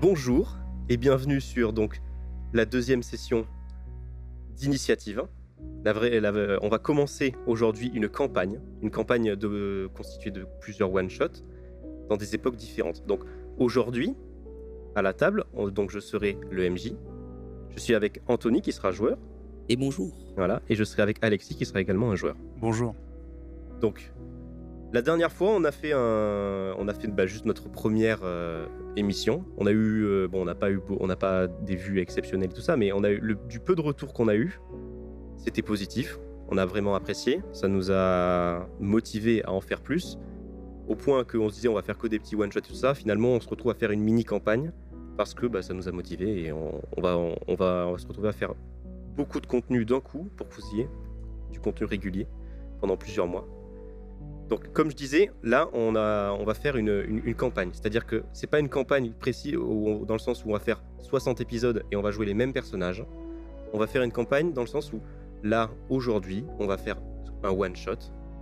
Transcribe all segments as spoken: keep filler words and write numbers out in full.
Bonjour et bienvenue sur donc la deuxième session d'initiative. La vraie, la- on va commencer aujourd'hui une campagne, une campagne de, constituée de plusieurs one-shots dans des époques différentes. Donc aujourd'hui, à la table, on- donc je serai le M J. Je suis avec Anthony qui sera joueur, Et bonjour. voilà, et je serai avec Alexis qui sera également un joueur. Bonjour. Donc, la dernière fois, on a fait un, on a fait bah, juste notre première euh, émission. On a eu, euh, bon, on n'a pas eu, beau- on n'a pas des vues exceptionnelles tout ça, mais on a eu le, du peu de retours qu'on a eu, c'était positif. On a vraiment apprécié. Ça nous a motivé à en faire plus, au point qu'on se disait on va faire que des petits one shots tout ça. Finalement, on se retrouve à faire une mini campagne parce que bah, ça nous a motivé et on, on va, on, on va, on va se retrouver à faire beaucoup de contenu d'un coup pour que vous ayez du contenu régulier pendant plusieurs mois. Donc, comme je disais, là, on, a, on va faire une, une, une campagne. C'est-à-dire que c'est pas une campagne précise au- dans le sens où on va faire soixante épisodes et on va jouer les mêmes personnages. On va faire une campagne dans le sens où, là, aujourd'hui, on va faire un one-shot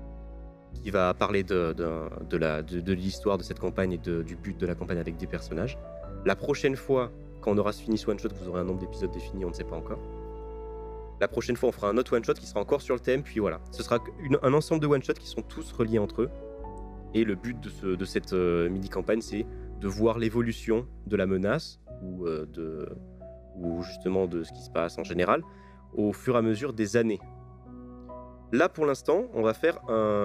qui va parler de, de, de, la, de, de l'histoire de cette campagne et de, du but de la campagne avec des personnages. La prochaine fois, quand on aura fini ce one-shot, vous aurez un nombre d'épisodes défini, on ne sait pas encore. La prochaine fois, on fera un autre one-shot qui sera encore sur le thème, puis voilà. Ce sera une, un ensemble de one-shots qui sont tous reliés entre eux. Et le but de, ce, de cette euh, mini-campagne, c'est de voir l'évolution de la menace, ou, euh, de, ou justement de ce qui se passe en général, au fur et à mesure des années. Là, pour l'instant, on va faire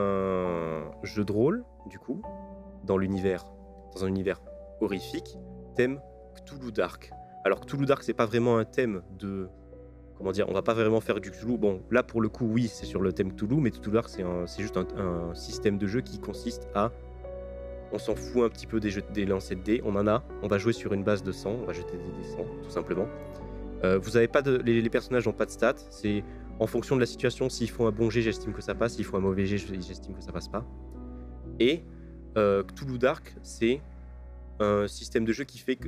un jeu de rôle, du coup, dans l'univers, dans un univers horrifique, thème Cthulhu Dark. Alors, Cthulhu Dark, c'est pas vraiment un thème de... Comment dire, on va pas vraiment faire du Cthulhu. Bon, là pour le coup, oui, c'est sur le thème Cthulhu, mais Cthulhu Dark, c'est, un, c'est juste un, un système de jeu qui consiste à. On s'en fout un petit peu des, jeux, des lancers de dés, on en a, on va jouer sur une base de sang, on va jeter des dés cent, tout simplement. Euh, vous avez pas de, les, les personnages n'ont pas de stats, c'est en fonction de la situation, s'ils font un bon jet, j'estime que ça passe, s'ils font un mauvais jet, j'estime que ça passe pas. Et euh, Cthulhu Dark, c'est un système de jeu qui fait que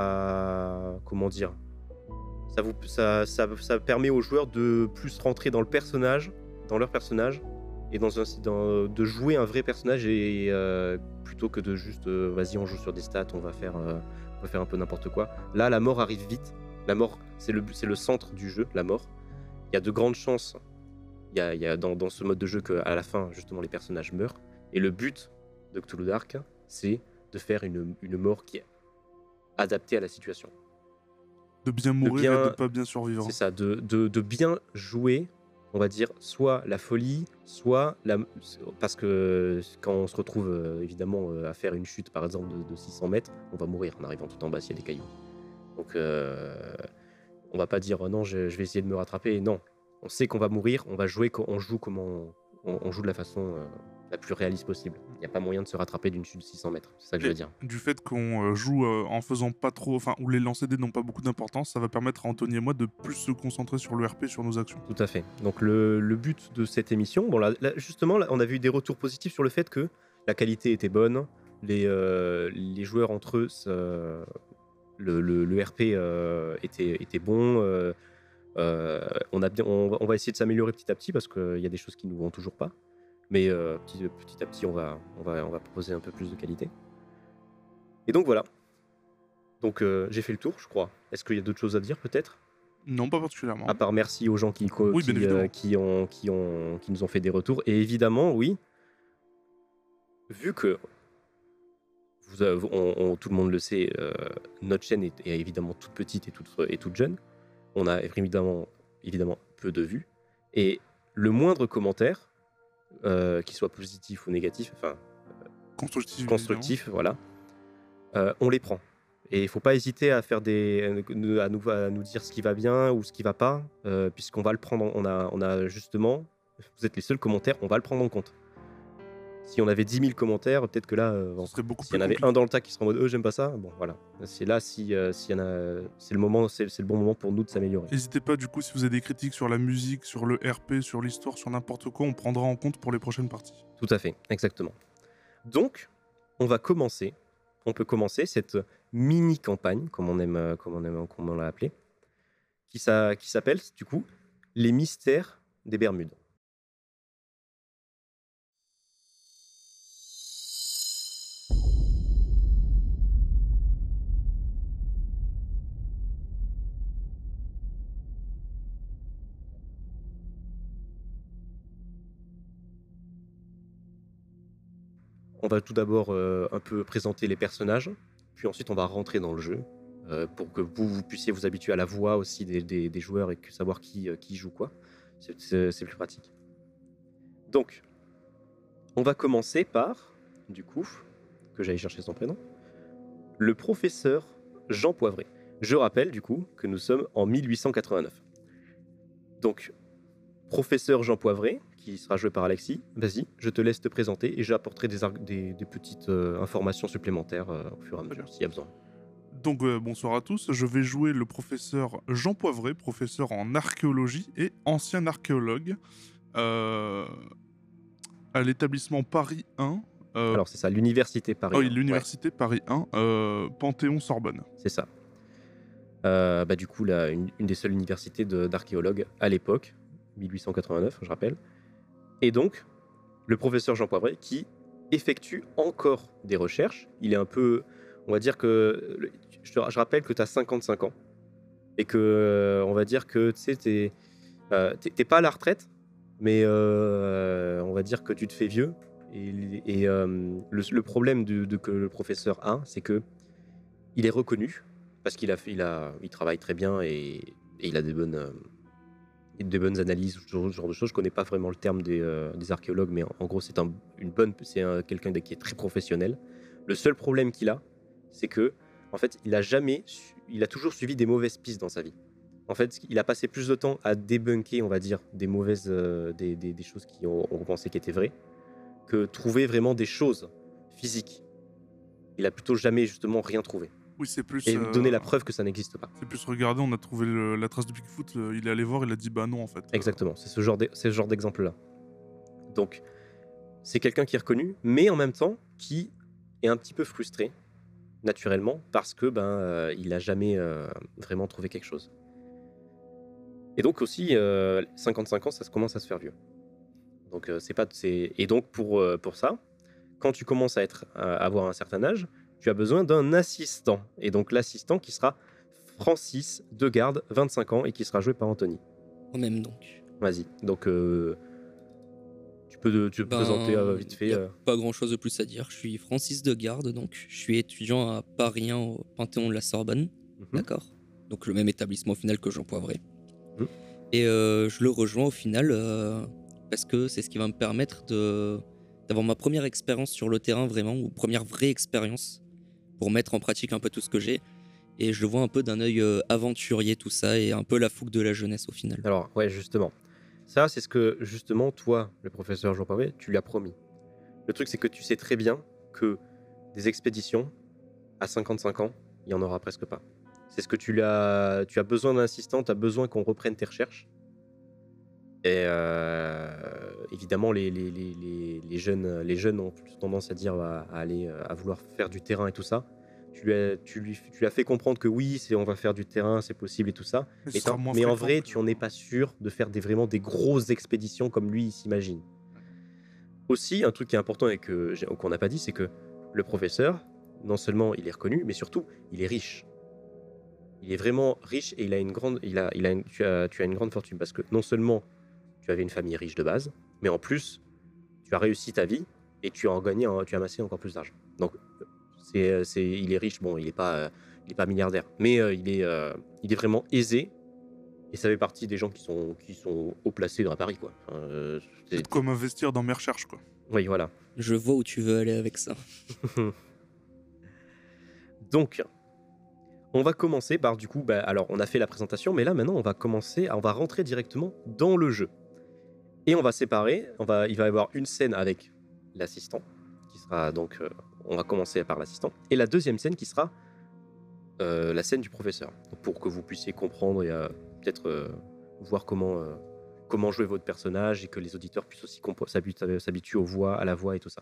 ça. Comment dire Ça, vous, ça, ça, ça permet aux joueurs de plus rentrer dans le personnage, dans leur personnage, et dans un, dans, de jouer un vrai personnage et euh, plutôt que de juste euh, vas-y on joue sur des stats, on va faire, euh, on va faire un peu n'importe quoi. Là la mort arrive vite. La mort c'est le, c'est le centre du jeu, la mort. Il y a de grandes chances, il y a, il y a dans, dans ce mode de jeu qu'à la fin justement les personnages meurent. Et le but de Cthulhu Dark, c'est de faire une, une mort qui est adaptée à la situation. De bien mourir bien, et de pas bien survivre. C'est ça, de, de, de bien jouer, on va dire, soit la folie, soit la... Parce que quand on se retrouve euh, évidemment euh, à faire une chute par exemple de, de six cents mètres, on va mourir en arrivant tout en bas s'il y a des cailloux. Donc euh, on va pas dire oh, non, je, je vais essayer de me rattraper. Non, on sait qu'on va mourir, on va jouer, on joue comment on, on joue de la façon euh, la plus réaliste possible. Il n'y a pas moyen de se rattraper d'une chute de six cents mètres, c'est ça que et je veux dire. Du fait qu'on euh, joue euh, en faisant pas trop, enfin où les lancers dés n'ont pas beaucoup d'importance, ça va permettre à Anthony et moi de plus se concentrer sur le R P, sur nos actions. Tout à fait. Donc le, le but de cette émission, bon là, là, justement, là, on a vu des retours positifs sur le fait que la qualité était bonne, les, euh, les joueurs entre eux, ça, le, le, le R P euh, était, était bon. Euh, euh, on, a bien, on, on va essayer de s'améliorer petit à petit parce qu'il y a des choses qui nous vont toujours pas. Mais euh, petit, petit à petit, on va, on, va, on va proposer un peu plus de qualité. Et donc voilà. Donc euh, j'ai fait le tour, je crois. Est-ce qu'il y a d'autres choses à dire peut-être ? Non, pas particulièrement. À part merci aux gens qui, co- Oui, qui, bien évidemment. euh, qui, ont, qui, ont, qui nous ont fait des retours. Et évidemment, oui, vu que vous avez- on- on- tout le monde le sait, euh, notre chaîne est, est évidemment toute petite et toute, et toute jeune. On a évidemment, évidemment peu de vues. Et le moindre commentaire, euh, qu'il soit positif ou négatif, enfin Constructif. constructif, voilà, euh, on les prend. Et il ne faut pas hésiter à faire des, à nous, à nous dire ce qui va bien ou ce qui va pas, euh, puisqu'on va le prendre. On a, on a justement, vous êtes les seuls commentaires, on va le prendre en compte. Si on avait dix mille commentaires, peut-être que là, euh, bon, Ce serait beaucoup s'il y plus en avait compliqué. un dans le tas qui serait en mode, euh, j'aime pas ça, bon voilà. C'est là si, euh, s'il y en a, c'est le moment, c'est, c'est le bon moment pour nous de s'améliorer. N'hésitez pas, du coup, si vous avez des critiques sur la musique, sur le R P, sur l'histoire, sur n'importe quoi, on prendra en compte pour les prochaines parties. Tout à fait, exactement. Donc, on va commencer. On peut commencer cette mini campagne, comme on aime, euh, comme on aime, comme on l'a appelé, qui, ça, qui s'appelle du coup les mystères des Bermudes. on va tout d'abord euh, un peu présenter les personnages, puis ensuite on va rentrer dans le jeu euh, pour que vous, vous puissiez vous habituer à la voix aussi des, des, des joueurs et que savoir qui, euh, qui joue quoi. C'est, c'est, c'est plus pratique. Donc, on va commencer par, du coup, que j'aille chercher son prénom, le professeur Jean Poivret. Je rappelle, du coup, que nous sommes en mille huit cent quatre-vingt-neuf. Donc, professeur Jean Poivret, qui sera joué par Alexis, vas-y, je te laisse te présenter et j'apporterai des, arg- des, des petites euh, informations supplémentaires euh, au fur et à mesure, s'il y a besoin. Donc euh, bonsoir à tous, je vais jouer le professeur Jean Poivret, professeur en archéologie et ancien archéologue euh, à l'établissement Paris un. Euh, Alors, c'est ça, l'université Paris. oh oui, hein. l'université Paris un, euh, Panthéon-Sorbonne. Ouais, c'est ça. Euh, bah, du coup, là, une, une des seules universités de- d'archéologues à l'époque, mille huit cent quatre-vingt-neuf, je rappelle. Et donc, le professeur Jean Poivret qui effectue encore des recherches. Il est un peu, on va dire que, le- je, te- je rappelle que tu as cinquante-cinq ans et que, euh, on va dire que tu sais, t'es, euh, t'es t'es pas à la retraite, mais euh, on va dire que tu te fais vieux. Et, et, euh, le, le problème de, de que le professeur a, c'est que il est reconnu parce qu'il a, fait- il a, il travaille très bien et, et il a des bonnes, euh, des bonnes analyses, ce genre, ce genre de choses. Je connais pas vraiment le terme des, euh, des archéologues, mais en, en gros, c'est un, une bonne, c'est un- quelqu'un de- qui est très professionnel. Le seul problème qu'il a, c'est que, en fait, il a jamais, su- il a toujours suivi des mauvaises pistes dans sa vie. En fait, il a passé plus de temps à débunker, on va dire, des mauvaises, euh, des, des, des choses qui ont, on pensait qu'étaient vraies, que trouver vraiment des choses physiques. Il a plutôt jamais justement rien trouvé. Oui, c'est plus. Et euh, donner la preuve que ça n'existe pas. C'est plus regarder, on a trouvé le- la trace de Bigfoot, euh, il est allé voir, il a dit bah non en fait. Euh, Exactement, c'est ce genre d'e- c'est ce genre d'exemple-là. Donc, c'est quelqu'un qui est reconnu, mais en même temps qui est un petit peu frustré, naturellement, parce que ben euh, il a jamais euh, vraiment trouvé quelque chose. Et donc aussi, euh, cinquante-cinq ans, ça se commence à se faire vieux. Donc euh, c'est pas, c'est et donc pour euh, pour ça, quand tu commences à être à avoir un certain âge, tu as besoin d'un assistant. Et donc l'assistant qui sera Francis Degarde, vingt-cinq ans, et qui sera joué par Anthony. Moi-même donc. Vas-y. Donc euh, tu peux te Ben, présenter euh, vite y fait. a euh. pas grand chose de plus à dire. Je suis Francis Degarde, donc je suis étudiant à Paris un au Panthéon de la Sorbonne, Mhm. d'accord. Donc le même établissement au final que Jean Poivret. Mhm. Et euh, je le rejoins au final euh, parce que c'est ce qui va me permettre de d'avoir ma première expérience sur le terrain vraiment, ou première vraie expérience pour mettre en pratique un peu tout ce que j'ai. Et je le vois un peu d'un œil euh, aventurier tout ça et un peu la fougue de la jeunesse au final. Alors, ouais, justement. Ça, c'est ce que, justement, toi, le professeur Jean Poivet, tu lui as promis. Le truc, c'est que tu sais très bien que des expéditions, à cinquante-cinq ans, il n'y en aura presque pas. C'est ce que tu, lui as, tu as besoin d'un assistant, tu as besoin qu'on reprenne tes recherches. Et euh, évidemment, les, les, les, les, les jeunes, les jeunes ont plus tendance à dire à, à aller, à vouloir faire du terrain et tout ça. Tu lui as, tu lui, tu lui as fait comprendre que oui, c'est, on va faire du terrain, c'est possible et tout ça. mais ce Mais, sera t'en- moins mais en fréquent vrai, que- tu n'en es pas sûr de faire des, vraiment des grosses expéditions comme lui il s'imagine. Aussi, un truc qui est important et que j'ai- qu'on n'a pas dit, c'est que le professeur, non seulement il est reconnu, mais surtout, il est riche. Il est vraiment riche et il a une grande, il a, il a une- tu, as, tu as une grande fortune parce que non seulement tu avais une famille riche de base, mais en plus, tu as réussi ta vie et tu as en gagné, en- tu as amassé encore plus d'argent. Donc, c'est, c'est, il est riche. Bon, il n'est pas, euh, il est pas milliardaire, mais euh, il est, euh, il est vraiment aisé. Et ça fait partie des gens qui sont, qui sont haut placés à Paris, quoi. Enfin, euh, c'est- C'est comme investir dans mes recherches quoi. Oui, voilà. Je vois où tu veux aller avec ça. Donc, on va commencer par du coup, bah, alors on a fait la présentation, mais là maintenant on va commencer, on va rentrer directement dans le jeu. Et on va séparer, on va, il va y avoir une scène avec l'assistant, qui sera donc, euh, on va commencer par l'assistant, et la deuxième scène qui sera euh, la scène du professeur, pour que vous puissiez comprendre et euh, peut-être euh, voir comment, euh, comment jouer votre personnage et que les auditeurs puissent aussi compo- s'habitu- s'habituer aux voix, à la voix et tout ça.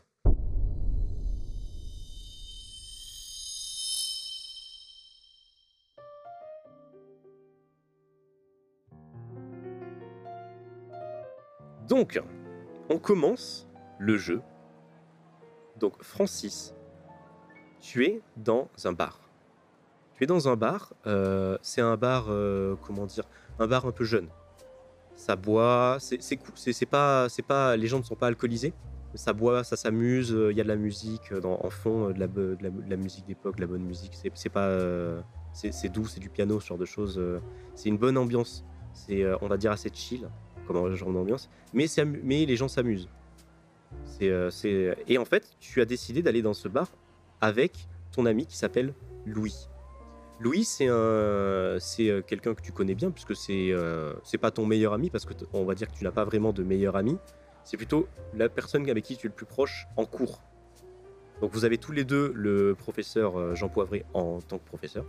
Donc, on commence le jeu. Donc, Francis, tu es dans un bar. Tu es dans un bar, euh, c'est un bar, euh, comment dire, un bar un peu jeune. Ça boit, c'est c'est cou- c'est- c'est pas, c'est pas, les gens ne sont pas alcoolisés, ça boit, ça s'amuse, il y a de la musique dans, en fond, de la, de la, de la musique d'époque, de la bonne musique. C'est, c'est pas, euh, c'est, c'est doux, c'est du piano, ce genre de choses. euh, C'est une bonne ambiance. C'est, euh, on va dire, assez chill comme genre d'ambiance. Mais, c'est, amu- mais les gens s'amusent. C'est, euh, c'est... Et en fait, tu as décidé d'aller dans ce bar avec ton ami qui s'appelle Louis. Louis, c'est, un... c'est euh, quelqu'un que tu connais bien, puisque c'est, euh... c'est pas ton meilleur ami, parce que t- on va dire que tu n'as pas vraiment de meilleur ami. C'est plutôt la personne avec qui tu es le plus proche en cours. Donc vous avez tous les deux le professeur euh, Jean Poivré en tant que professeur.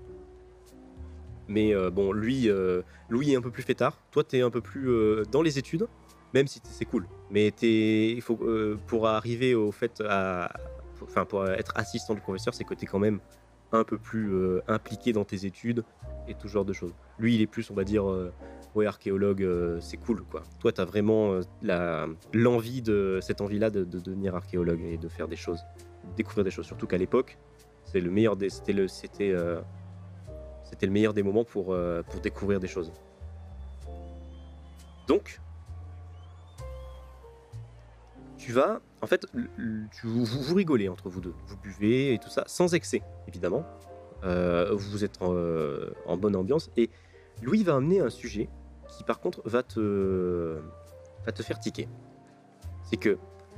Mais euh, bon, lui, euh, Louis est un peu plus fêtard. Toi, t'es un peu plus euh, dans les études, même si c'est cool. Mais t'es, il faut, euh, pour arriver au fait à, enfin pour être assistant du professeur, c'est que t'es quand même un peu plus euh, impliqué dans tes études et tout ce genre de choses. Lui, il est plus, on va dire, euh, ouais, archéologue, euh, c'est cool, quoi. Toi, t'as vraiment euh, la, l'envie de cette envie-là de, de devenir archéologue et de faire des choses, de découvrir des choses. Surtout qu'à l'époque, c'est le meilleur des, c'était le, c'était euh, c'était le meilleur des moments pour, euh, pour découvrir des choses. Donc, tu vas... En fait, tu, vous, vous rigolez entre vous deux. Vous buvez et tout ça, sans excès, évidemment. Euh, vous êtes en, euh, en bonne ambiance. Et Louis va amener un sujet qui, par contre, va te, va te faire tiquer. C'est que...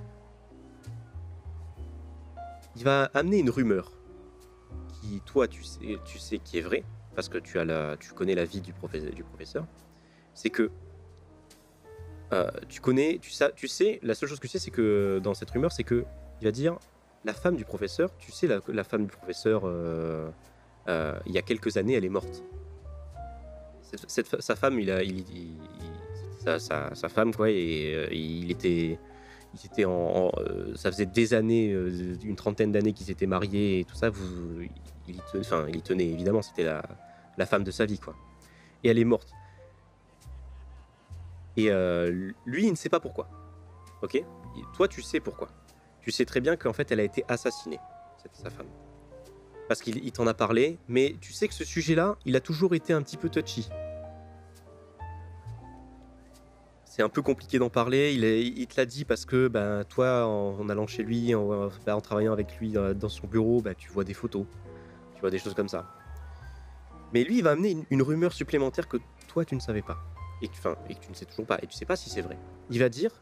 Il va amener une rumeur qui, toi, tu sais, tu sais qui est vraie, parce que tu, as la, tu connais la vie du, professeur, du professeur, c'est que euh, tu connais, tu sais, tu sais, la seule chose que tu sais, c'est que dans cette rumeur, c'est que il va dire la femme du professeur, tu sais, la, la femme du professeur, euh, euh, il y a quelques années, elle est morte. Cette, cette, sa femme, il a, il, il, il, sa, sa, sa femme, quoi, et euh, il était, il était en, en euh, ça faisait des années, euh, une trentaine d'années qu'ils étaient mariés et tout ça. Vous, il, y tenait, enfin, il y tenait évidemment, c'était la, la femme de sa vie, quoi. Et elle est morte. Et euh, lui, il ne sait pas pourquoi. Ok ? Et toi, tu sais pourquoi. Tu sais très bien qu'en fait, elle a été assassinée, cette, sa femme. Parce qu'il il t'en a parlé, mais tu sais que ce sujet-là, il a toujours été un petit peu touchy. C'est un peu compliqué d'en parler. Il, est, il te l'a dit parce que ben, toi, en, en allant chez lui, en, ben, en travaillant avec lui dans, dans son bureau, ben, tu vois des photos, tu vois des choses comme ça. Mais lui, il va amener une, une rumeur supplémentaire que toi, tu ne savais pas. Et que, enfin, et que tu ne sais toujours pas. Et tu ne sais pas si c'est vrai. Il va dire,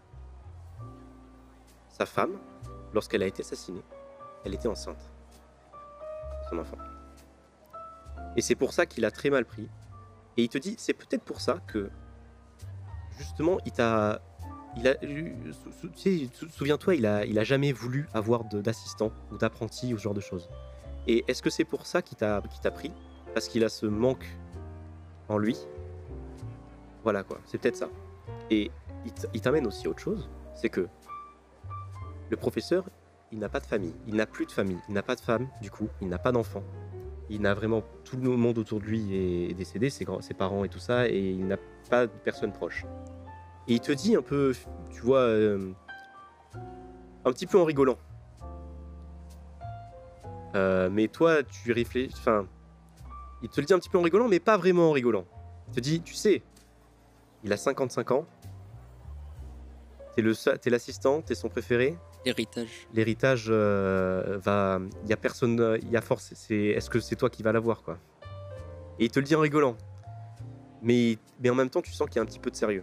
sa femme, lorsqu'elle a été assassinée, elle était enceinte de son enfant. Et c'est pour ça qu'il a très mal pris. Et il te dit, c'est peut-être pour ça que, justement, il t'a... Il a, tu sais, souviens-toi, il a, il a jamais voulu avoir de, d'assistant ou d'apprenti ou ce genre de choses. Et est-ce que c'est pour ça qu'il t'a, qu'il t'a pris ? Parce qu'il a ce manque en lui. Voilà quoi, c'est peut-être ça. Et il, il t'amène aussi autre chose, c'est que le professeur, il n'a pas de famille, il n'a plus de famille, il n'a pas de femme, du coup, il n'a pas d'enfant. Il n'a vraiment... Tout le monde autour de lui est décédé, ses, ses parents et tout ça, et il n'a pas de personne proche. Et il te dit un peu, tu vois, euh, un petit peu en rigolant. Euh, mais toi, tu réfléchis... Enfin, il te le dit un petit peu en rigolant, mais pas vraiment en rigolant. Il te dit, tu sais, il a cinquante-cinq ans, t'es, le, t'es l'assistant, t'es son préféré. L'héritage. L'héritage euh, va... Il y a personne... Il y a force, c'est, est-ce que c'est toi qui vas l'avoir, quoi ? Et il te le dit en rigolant. Mais, mais en même temps, tu sens qu'il y a un petit peu de sérieux.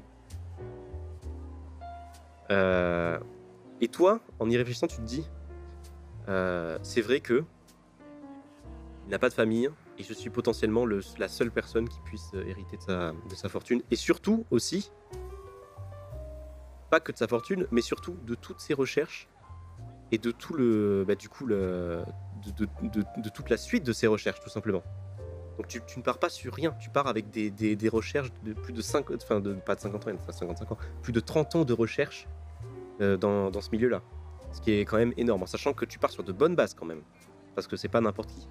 Euh, et toi, en y réfléchissant, tu te dis, euh, c'est vrai que il n'a pas de famille et je suis potentiellement le, la seule personne qui puisse hériter de sa, de sa fortune. Et surtout aussi, pas que de sa fortune, mais surtout de toutes ses recherches et de tout le, bah, du coup, le, de, de, de, de toute la suite de ses recherches, tout simplement. Donc tu, tu ne pars pas sur rien, tu pars avec des, des, des recherches de plus de cinquante, enfin de, pas de cinquante ans, enfin cinquante-cinq ans, plus de trente ans de recherche euh, dans, dans ce milieu-là. Ce qui est quand même énorme, en sachant que tu pars sur de bonnes bases quand même, parce que c'est pas n'importe qui.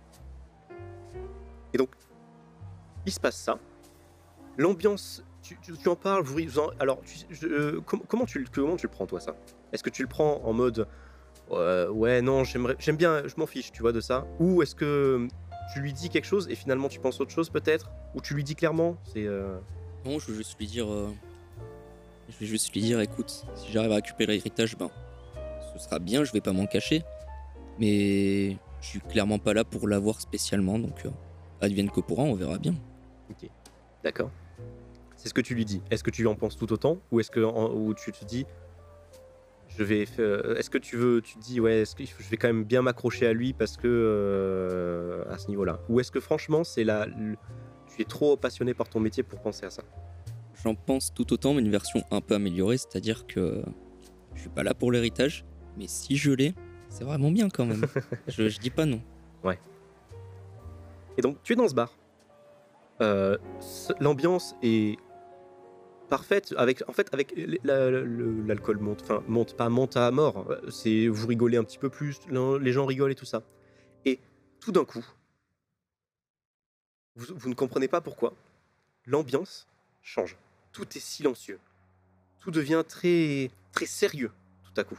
Et donc, il se passe ça. L'ambiance, tu, tu, tu en parles, vous, vous en, alors, tu, je, euh, com, comment, tu, comment tu le prends, toi, ça ? Est-ce que tu le prends en mode, euh, ouais, non, j'aimerais, j'aime bien, je m'en fiche, tu vois, de ça ? Ou est-ce que tu lui dis quelque chose et finalement tu penses autre chose, peut-être ? Ou tu lui dis clairement ? C'est. Euh... Non, je veux juste lui dire, euh, Je vais juste lui dire, écoute, si j'arrive à récupérer l'héritage, ben, ce sera bien, je vais pas m'en cacher. Mais je suis clairement pas là pour l'avoir spécialement, donc euh, advienne que pourra, on verra bien. Ok, d'accord. C'est ce que tu lui dis. Est-ce que tu en penses tout autant ou est-ce que en, ou tu te dis, je vais, faire- est-ce que tu veux, tu te dis ouais, est-ce que je vais quand même bien m'accrocher à lui parce que euh, à ce niveau-là, ou est-ce que franchement c'est la, le- tu es trop passionné par ton métier pour penser à ça? J'en pense tout autant, mais une version un peu améliorée, c'est-à-dire que je suis pas là pour l'héritage, mais si je l'ai, c'est vraiment bien quand même. je, je dis pas non. Ouais. Et donc tu es dans ce bar. Euh, ce- L'ambiance est parfaite. Avec, en fait, avec l- la- le- l'alcool monte, enfin monte pas monte à mort. C'est vous rigolez un petit peu plus, l'un- les gens rigolent et tout ça. Et tout d'un coup, vous, vous ne comprenez pas pourquoi, l'ambiance change. Tout est silencieux. Tout devient très très sérieux tout à coup.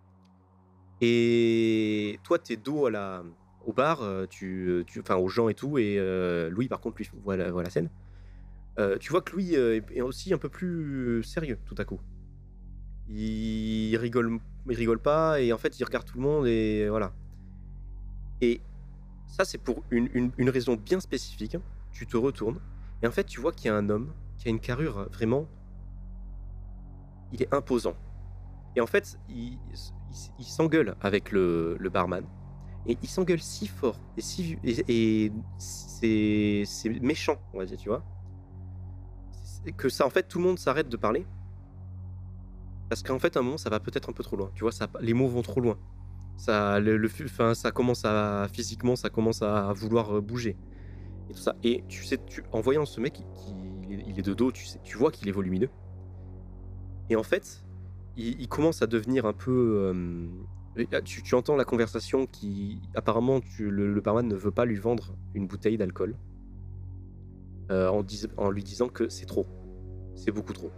Et toi, t'es dos à la, au bar, euh, tu, tu, enfin aux gens et tout. Et euh, Louis, par contre, lui voit la, voit la scène. Euh, tu vois que Louis euh, est est aussi un peu plus sérieux tout à coup. Il rigole, il rigole pas et en fait il regarde tout le monde et voilà. Et ça c'est pour une, une, une raison bien spécifique. Tu te retournes et en fait tu vois qu'il y a un homme qui a une carrure vraiment, il est imposant. Et en fait il, il, il s'engueule avec le, le barman et il s'engueule si fort et si et, et c'est c'est méchant on va dire tu vois. C'est que ça en fait tout le monde s'arrête de parler. Parce qu'en fait, à un moment, ça va peut-être un peu trop loin. Tu vois, ça, les mots vont trop loin. Ça, le, le, enfin, ça commence à physiquement, ça commence à vouloir euh, bouger et tout ça. Et tu sais, tu, en voyant ce mec, qui, qui- il est de dos, tu sais, tu vois qu'il est volumineux. Et en fait, il, il commence à devenir un peu. euh, et là, tu, tu entends la conversation qui, apparemment, tu- le, le barman ne veut pas lui vendre une bouteille d'alcool euh, en, dis- en lui disant que c'est trop, c'est beaucoup trop.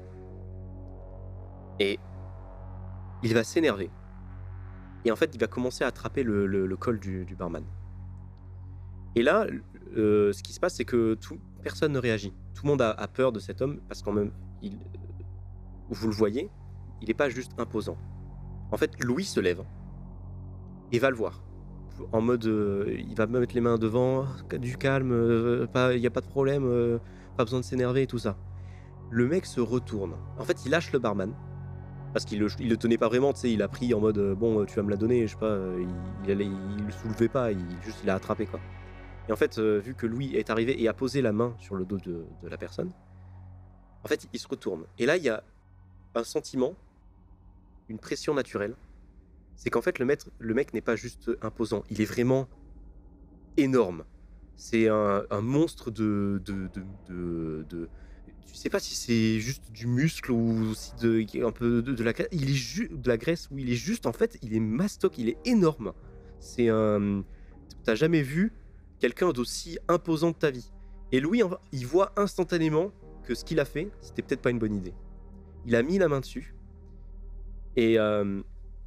Et il va s'énerver. Et en fait, il va commencer à attraper le, le- le col du, du barman. Et là, euh, ce qui se passe, c'est que tout, personne ne réagit. Tout le monde a, a peur de cet homme parce qu'en même, il, vous le voyez, il n'est pas juste imposant. En fait, Louis se lève et va le voir. En mode, euh, il va mettre les mains devant, du calme, euh, pas- il n'y a pas de problème, euh, pas besoin de s'énerver et tout ça. Le mec se retourne. En fait, il lâche le barman. Parce qu'il le, il le tenait pas vraiment, tu sais, il a pris en mode euh, bon, tu vas me la donner, je sais pas, euh, il, il, allait- il le soulevait pas, il, juste il a attrapé quoi. Et en fait, euh, vu que Louis est arrivé et a posé la main sur le dos de, de la personne, en fait, il se retourne. Et là, il y a un sentiment, une pression naturelle. C'est qu'en fait, le, maître, le mec n'est pas juste imposant, il est vraiment énorme. C'est un, un monstre de, de, de, de, de- Tu sais pas si c'est juste du muscle ou si de, un peu de, de la graisse. Il est ju- de la graisse où il est juste, en fait, il est mastoc, il est énorme. C'est un. T'as jamais vu quelqu'un d'aussi imposant de ta vie. Et Louis, en- il voit instantanément que ce qu'il a fait, c'était peut-être pas une bonne idée. Il a mis la main dessus et euh,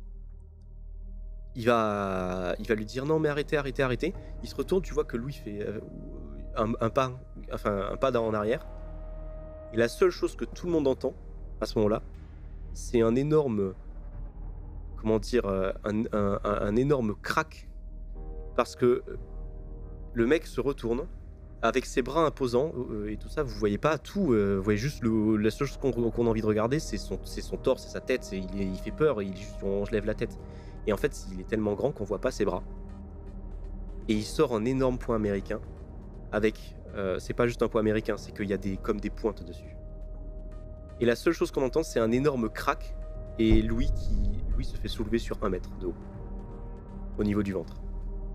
il va, il va lui dire non mais arrêtez, arrêtez, arrêtez. Il se retourne, tu vois que Louis fait euh, un, un pas, enfin un pas en arrière. Et la seule chose que tout le monde entend à ce moment-là, c'est un énorme, comment dire, euh, un, un- un- un énorme crack parce que le mec se retourne avec ses bras imposants euh, et tout ça. Vous voyez pas tout, euh, vous voyez juste le, la seule chose qu'on qu'on a envie de regarder, c'est son, c'est son torse, c'est sa tête. C'est- il, est- il fait peur, il, juste- on lève la tête. Et en fait, il est tellement grand qu'on voit pas ses bras. Et il sort un énorme point américain avec, euh, c'est pas juste un point américain, c'est qu'il y a des comme des pointes dessus. Et la seule chose qu'on entend, c'est un énorme crack et Louis qui, Louis se fait soulever sur un mètre de haut, au niveau du ventre.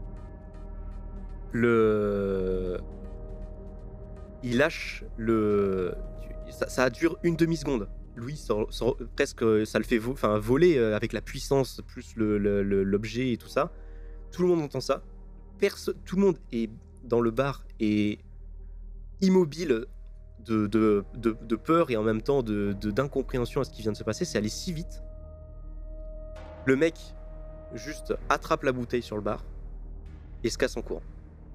Le, il lâche le, ça, ça dure une demi seconde. Louis sort, sort- presque, ça le fait vo- enfin, voler euh, avec la puissance plus le- le- le- l'objet et tout ça. Tout le monde entend ça. Perso- tout le monde est dans le bar et immobile de, de, de, de peur et en même temps de, de- d'incompréhension à ce qui vient de se passer. C'est allé si vite. Le mec juste attrape la bouteille sur le bar et se casse en courant.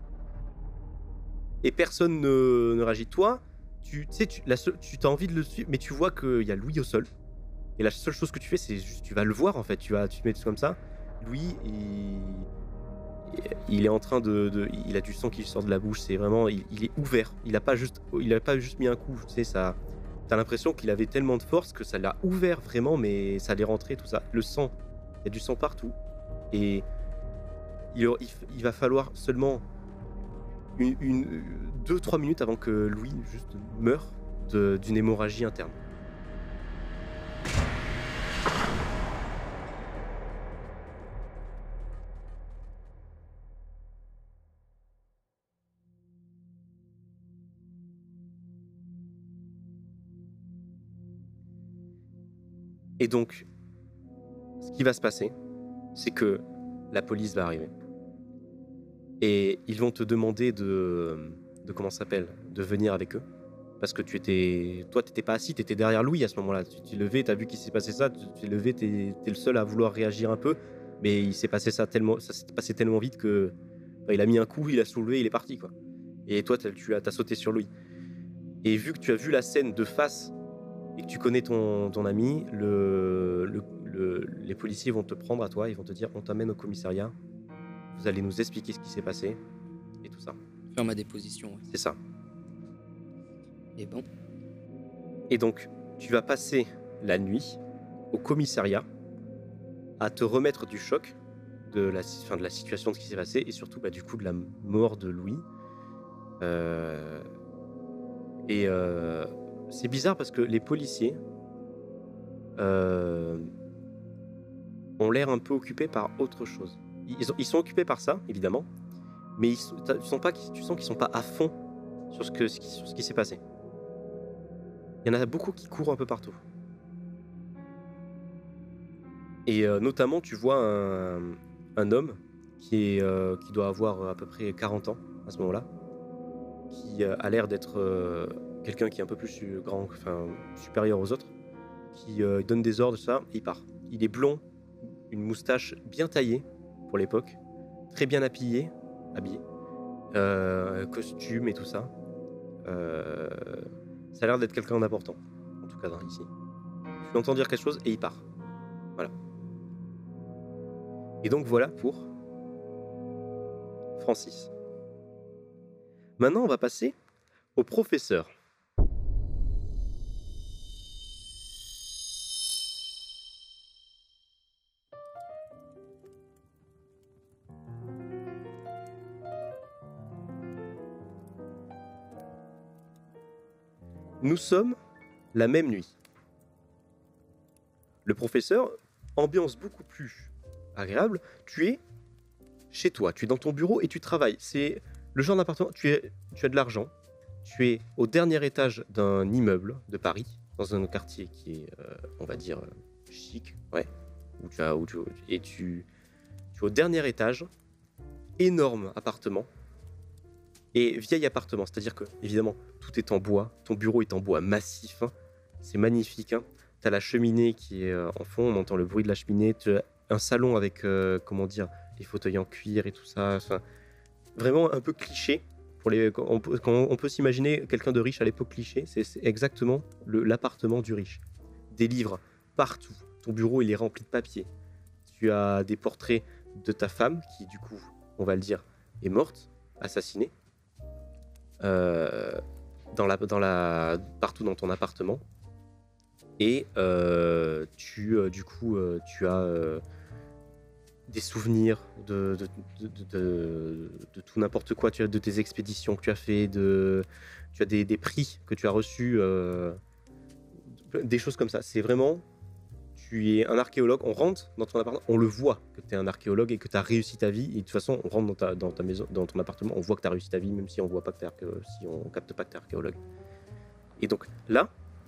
Et personne ne, ne réagit. Toi, tu tu sais, tu, la seule- tu as envie de le suivre, mais tu vois qu'il y a Louis au sol. Et la seule chose que tu fais, c'est juste, tu vas le voir en fait. Tu vas, tu te mets comme ça. Lui, il, il est en train de, de, il a du sang qui lui sort de la bouche. C'est vraiment, il, il est ouvert. Il a pas juste, il a pas juste mis un coup. Tu sais ça. T'as l'impression qu'il avait tellement de force que ça l'a ouvert vraiment, mais ça allait rentrer tout ça. Le sang, il y a du sang partout. Et il, il, il va falloir seulement une, une, deux, trois minutes avant que Louis juste meure de, d'une hémorragie interne. Et donc, ce qui va se passer, c'est que la police va arriver. Et ils vont te demander de, de comment ça s'appelle, de venir avec eux. Parce que tu étais, toi, t'étais pas assis, t'étais derrière Louis à ce moment-là. Tu t'es levé, t'as vu qu'il s'est passé ça, tu t'es levé, t'es, t'es le seul à vouloir réagir un peu. Mais il s'est passé ça tellement, ça s'est passé tellement vite que, bah, il a mis un coup, il a soulevé, il est parti, quoi. Et toi, t'as, tu as, t'as sauté sur Louis. Et vu que tu as vu la scène de face et que tu connais ton, ton ami, le, le, le, les policiers vont te prendre à toi, ils vont te dire, on t'amène au commissariat, vous allez nous expliquer ce qui s'est passé et tout ça. Faire ma déposition. Ouais. C'est ça. Et bon. Et donc, tu vas passer la nuit au commissariat à te remettre du choc de la, enfin, de la situation de ce qui s'est passé et surtout bah, du coup de la mort de Louis. Euh, et euh, c'est bizarre parce que les policiers euh, ont l'air un peu occupés par autre chose. Ils, ils sont occupés par ça, évidemment, mais ils, tu, sens pas, tu sens qu'ils sont pas à fond sur ce, que, sur ce qui s'est passé. Il y en a beaucoup qui courent un peu partout. Et euh, notamment, tu vois un, un homme qui, est, euh, qui doit avoir à peu près quarante ans à ce moment-là, qui euh, a l'air d'être euh, quelqu'un qui est un peu plus grand, enfin, supérieur aux autres, qui euh, donne des ordres, ça, et il part. Il est blond, une moustache bien taillée pour l'époque, très bien habillé, habillé, euh, costume et tout ça. Euh, ça a l'air d'être quelqu'un d'important, en tout cas dans, ici. Tu l'entends dire quelque chose et il part. Voilà. Et donc voilà pour Francis. Maintenant, on va passer au professeur. Nous sommes la même nuit. Le professeur, ambiance beaucoup plus agréable, tu es chez toi, tu es dans ton bureau et tu travailles. C'est le genre d'appartement, tu, es, tu as de l'argent, tu es au dernier étage d'un immeuble de Paris, dans un quartier qui est, euh, on va dire, euh, chic, ouais, où tu as, où tu, et tu, tu es au dernier étage, énorme appartement, et vieil appartement, c'est-à-dire que, évidemment, tout est en bois, ton bureau est en bois massif, hein, c'est magnifique, hein. Tu as la cheminée qui est euh, en fond, on entend le bruit de la cheminée, tu as un salon avec, euh, comment dire, des fauteuils en cuir et tout ça, enfin, vraiment un peu cliché. Pour les, on peut, on peut s'imaginer quelqu'un de riche à l'époque cliché, c'est, c'est exactement le, l'appartement du riche. Des livres partout, ton bureau il est rempli de papier. Tu as des portraits de ta femme qui du coup, on va le dire, est morte, assassinée, euh, dans la, dans la, partout dans ton appartement. Et euh, tu, euh, du coup, euh, tu as euh, des souvenirs de, de, de, de, de, de tout n'importe quoi, tu as de tes expéditions que tu as fait, de, tu as des, des prix que tu as reçus, euh, des choses comme ça. C'est vraiment, tu es un archéologue, on rentre dans ton appartement, on le voit que tu es un archéologue et que tu as réussi ta vie. Et de toute façon, on rentre dans ta, dans ta maison, dans ton appartement, on voit que tu as réussi ta vie, même si on voit pas que t'es arché... si on capte pas que tu es archéologue. Et donc là,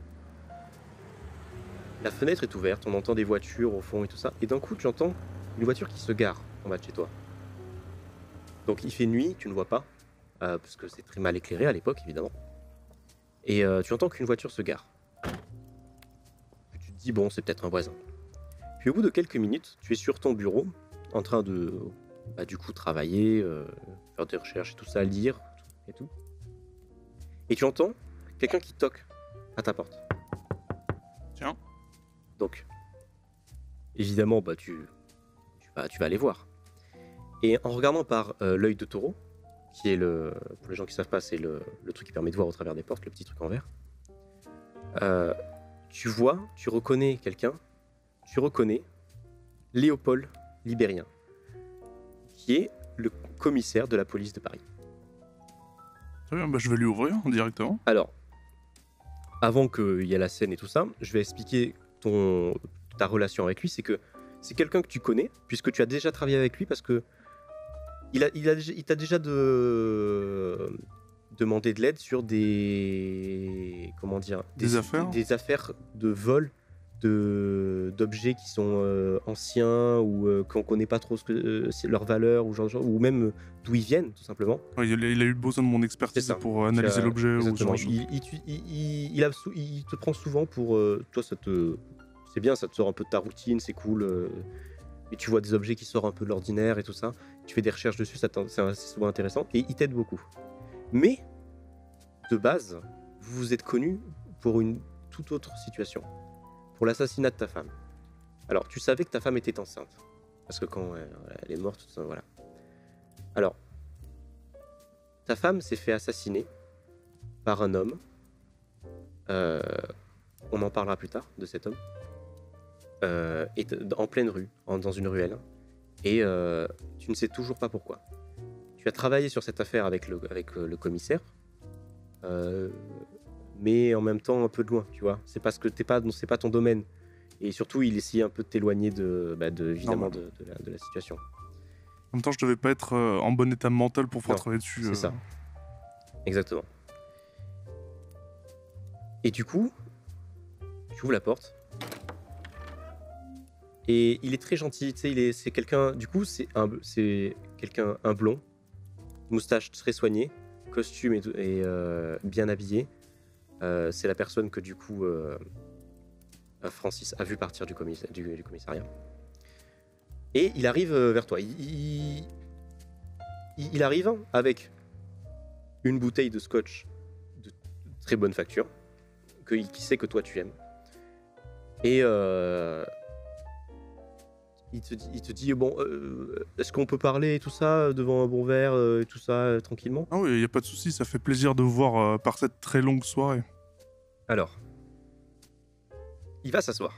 la fenêtre est ouverte, on entend des voitures au fond et tout ça, et d'un coup tu entends une voiture qui se gare en bas de chez toi. Donc il fait nuit, tu ne vois pas, euh, parce que c'est très mal éclairé à l'époque évidemment, et euh, tu entends qu'une voiture se gare. Tu te dis bon, c'est peut-être un voisin. Puis au bout de quelques minutes, tu es sur ton bureau, en train de, bah, du coup, travailler, euh, faire des recherches et tout ça, lire et tout, et tu entends quelqu'un qui toque à ta porte. Tiens. Donc, évidemment, bah, tu, tu, vas, tu vas aller voir. Et en regardant par euh, l'œil de taureau, qui est le, pour les gens qui ne savent pas, c'est le, le truc qui permet de voir au travers des portes, le petit truc en verre, euh, tu vois, tu reconnais quelqu'un, tu reconnais Léopold Libérien, qui est le commissaire de la police de Paris. Très bien, bah, je vais lui ouvrir directement. Alors, avant qu'il y ait la scène et tout ça, je vais expliquer ton, ta relation avec lui. C'est que c'est quelqu'un que tu connais, puisque tu as déjà travaillé avec lui, parce que il a, il a, il t'a déjà de, demandé de l'aide sur des, comment dire, Des, des affaires, des, des affaires de vol de d'objets qui sont euh, anciens ou euh, qu'on connaît pas trop ce que euh, c'est leur valeur ou genre, genre ou même d'où ils viennent tout simplement. Ouais, il, a, il a eu besoin de mon expertise pour analyser as, l'objet ou genre. Il, il, il, il, il, a, il te prend souvent pour euh, toi, ça te c'est bien, ça te sort un peu de ta routine, c'est cool. Euh, et tu vois des objets qui sortent un peu de l'ordinaire et tout ça. Tu fais des recherches dessus, ça c'est souvent intéressant et il t'aide beaucoup. Mais de base, vous vous êtes connus pour une toute autre situation. Pour l'assassinat de ta femme. Alors, tu savais que ta femme était enceinte. Parce que quand elle, elle est morte, tout ça, voilà. Alors, ta femme s'est fait assassiner par un homme. Euh, on en parlera plus tard de cet homme. Euh, et en pleine rue, en, dans une ruelle. Et euh, tu ne sais toujours pas pourquoi. Tu as travaillé sur cette affaire avec le, avec le commissaire. Euh, mais en même temps un peu de loin, tu vois. C'est parce que t'es pas, c'est pas ton domaine. Et surtout, il essayait un peu de t'éloigner de, bah de, évidemment, de, de, la, de la situation. En même temps, je devais pas être euh, en bon état mental pour pouvoir non, travailler dessus. C'est euh... ça. Exactement. Et du coup, tu ouvres la porte. Et il est très gentil, tu sais, il est, c'est quelqu'un, du coup, c'est un, c'est quelqu'un, un blond, moustache très soignée, costume et, et euh, bien habillé. Euh, c'est la personne que du coup euh, Francis a vu partir du, commiss- du, du commissariat. Et il arrive euh, vers toi. Il, il, il arrive avec une bouteille de scotch de très bonne facture, que, qui sait que toi tu aimes. Et euh, il, te, il te dit, bon, euh, est-ce qu'on peut parler et tout ça devant un bon verre euh, et tout ça euh, tranquillement ? Ah oui, il n'y a pas de souci, ça fait plaisir de vous voir euh, par cette très longue soirée. Alors, il va s'asseoir.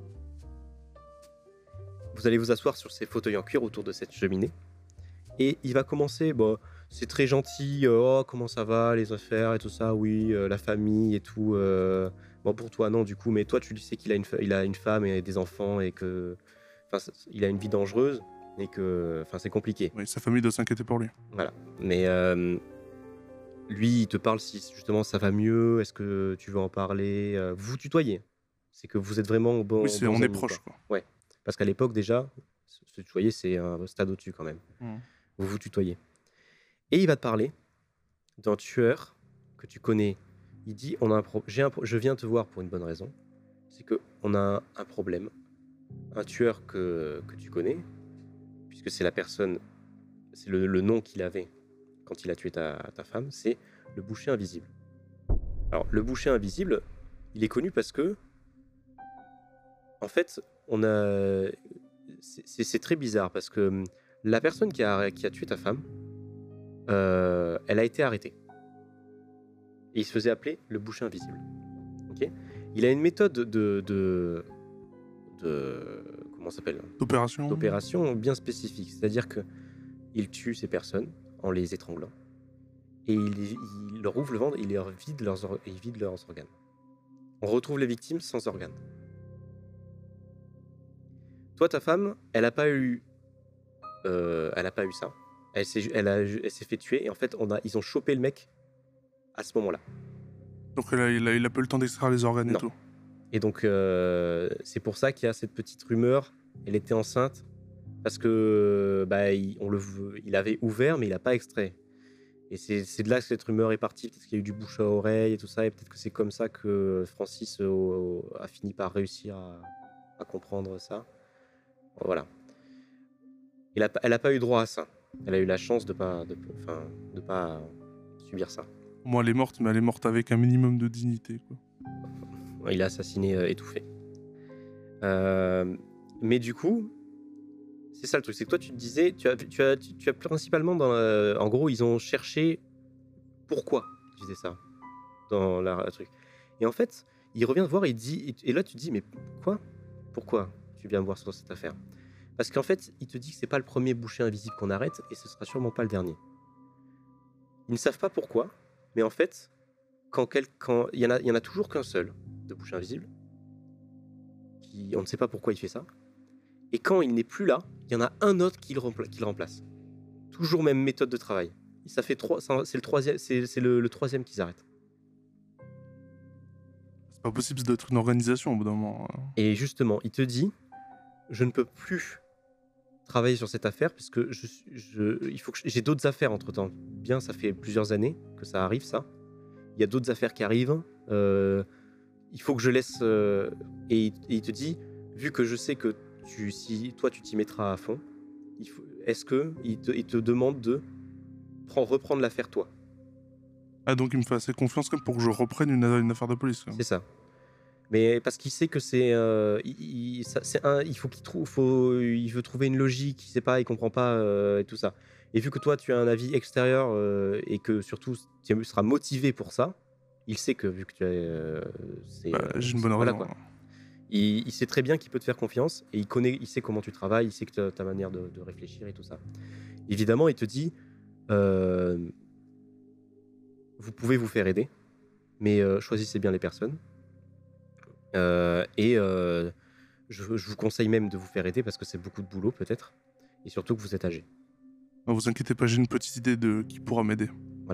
Vous allez vous asseoir sur ces fauteuils en cuir autour de cette cheminée. Et il va commencer, bon, c'est très gentil, euh, oh, comment ça va, les affaires et tout ça, oui, euh, la famille et tout. Euh... Bon, pour toi, non, du coup, mais toi, tu sais qu'il a une, il a une femme et des enfants et que... Enfin, il a une vie dangereuse et que... Enfin, c'est compliqué. Oui, sa famille doit s'inquiéter pour lui. Voilà, mais... Euh... Lui, il te parle si justement ça va mieux, est-ce que tu veux en parler euh, Vous vous tutoyez. C'est que vous êtes vraiment au bon. Oui, c'est, on amis, est proches, quoi. quoi. Ouais. Parce qu'à l'époque, déjà, se tutoyer, c'est un stade au-dessus quand même. Mmh. Vous vous tutoyez. Et il va te parler d'un tueur que tu connais. Il dit on a un pro- j'ai un pro- je viens te voir pour une bonne raison. C'est qu'on a un problème. Un tueur que, que tu connais, puisque c'est la personne, c'est le, le nom qu'il avait quand il a tué ta, ta femme, c'est le boucher invisible. Alors, le boucher invisible, il est connu parce que, en fait, on a, c'est, c'est, c'est très bizarre parce que la personne qui a, qui a tué ta femme, euh, elle a été arrêtée. Et il se faisait appeler le boucher invisible. Okay, il a une méthode de, de, de comment ça s'appelle ? D'opération. D'opération bien spécifique. C'est-à-dire que il tue ces personnes en les étranglant. Et il, il leur ouvre le ventre, il leur vide leurs, or- il vide leurs organes. On retrouve les victimes sans organes. Toi, ta femme, elle n'a pas eu, euh, elle a pas eu ça. Elle s'est, elle a, elle s'est fait tuer et en fait, on a, ils ont chopé le mec à ce moment-là. Donc il a, il a, il a pas eu le temps d'extraire les organes non. et tout. Et donc, euh, c'est pour ça qu'il y a cette petite rumeur. Elle était enceinte parce que bah, il, on le, il avait ouvert, mais il n'a pas extrait. Et c'est, c'est de là que cette rumeur est partie. Peut-être qu'il y a eu du bouche à oreille et tout ça. Et peut-être que c'est comme ça que Francis euh, a fini par réussir à, à comprendre ça. Voilà. Elle n'a pas eu droit à ça. Elle a eu la chance de ne pas, de, enfin, de pas subir ça. Moi, elle est morte, mais elle est morte avec un minimum de dignité, quoi. Il a assassiné euh, étouffé. Euh, mais du coup, c'est ça le truc, c'est que toi tu te disais, tu as, tu as, tu, tu as principalement dans la- en gros, ils ont cherché pourquoi tu faisais ça dans la, la truc. Et en fait, il revient te voir et il dit, et là tu te dis, mais quoi? Pourquoi tu viens me voir sur cette affaire? Parce qu'en fait, il te dit que c'est pas le premier boucher invisible qu'on arrête et ce sera sûrement pas le dernier. Ils ne savent pas pourquoi, mais en fait, quand quel, quand il y en a, il y en a toujours qu'un seul de boucher invisible. Qui, on ne sait pas pourquoi il fait ça. Et quand il n'est plus là, il y en a un autre qui le, rempla- qui le remplace. Toujours même méthode de travail. Ça fait trois, ça- c'est le troisième, c'est, c'est le, le troisième qu'ils arrêtent. C'est pas possible, ça doit être une organisation au bout d'un moment. hein. Et justement, il te dit, je ne peux plus travailler sur cette affaire parce que je, suis- je, il faut que je- j'ai d'autres affaires entre temps. Bien, ça fait plusieurs années que ça arrive, ça. Il y a d'autres affaires qui arrivent. Euh, il faut que je laisse. euh, et, il, et il te dit, vu que je sais que tu, si toi tu t'y mettras à fond, il faut, est-ce que il te, il te demande de prendre, reprendre l'affaire toi? Ah, donc il me fait assez confiance comme pour que je reprenne une, une affaire de police. Quand même. C'est ça. Mais parce qu'il sait que c'est, euh, il, il- ça- c'est un, il faut qu'il trouve, faut, il veut trouver une logique, il sait pas, il comprend pas euh, et tout ça. Et vu que toi tu as un avis extérieur euh, et que surtout tu seras motivé pour ça, il sait que vu que tu as, euh, c'est, Bah, euh, j'ai une c'est- bonne voilà raison. quoi. Il, il sait très bien qu'il peut te faire confiance et il connaît, il sait comment tu travailles, il sait que ta, ta manière de, de réfléchir et tout ça. Évidemment, il te dit, euh, vous pouvez vous faire aider, mais euh, choisissez bien les personnes. Euh, et euh, je, je vous conseille même de vous faire aider parce que c'est beaucoup de boulot peut-être, et surtout que vous êtes âgé. Ne vous inquiétez pas, j'ai une petite idée de qui pourra m'aider.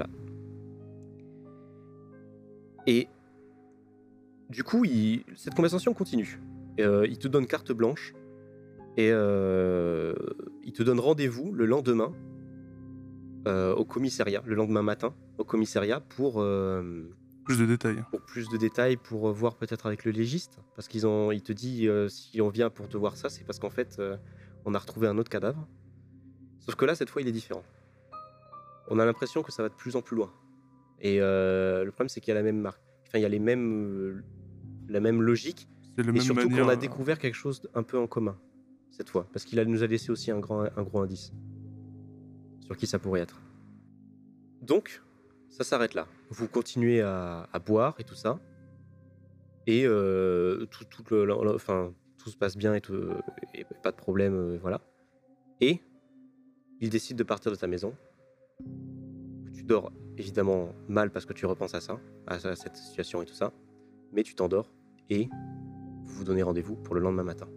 Et du coup, il- cette conversation continue. Euh, il te donne carte blanche et euh, il te donne rendez-vous le lendemain euh, au commissariat, le lendemain matin au commissariat pour, euh, Plus de détails. pour plus de détails, pour voir peut-être avec le légiste, parce qu'ils ont, il te dit euh, si on vient pour te voir ça, c'est parce qu'en fait euh, on a retrouvé un autre cadavre. Sauf que là, cette fois, il est différent. On a l'impression que ça va de plus en plus loin. Et euh, le problème, c'est qu'il y a la même marque. Enfin, il y a les mêmes, euh, la même logique. C'est le Et même surtout manière. qu'on a euh, découvert quelque chose un peu en commun cette fois, parce qu'il a- nous a laissé aussi un, grand, un gros indice sur qui ça pourrait être. Donc, ça s'arrête là. Vous continuez à, à boire et tout ça, et euh, tout, tout, le, le- le- enfin, tout se passe bien et, tout, et pas de problème, euh, voilà. Et il décide de partir de ta maison. Tu dors évidemment mal parce que tu repenses à ça, à ça- à cette situation et tout ça, mais tu t'endors et vous vous donnez rendez-vous pour le lendemain matin.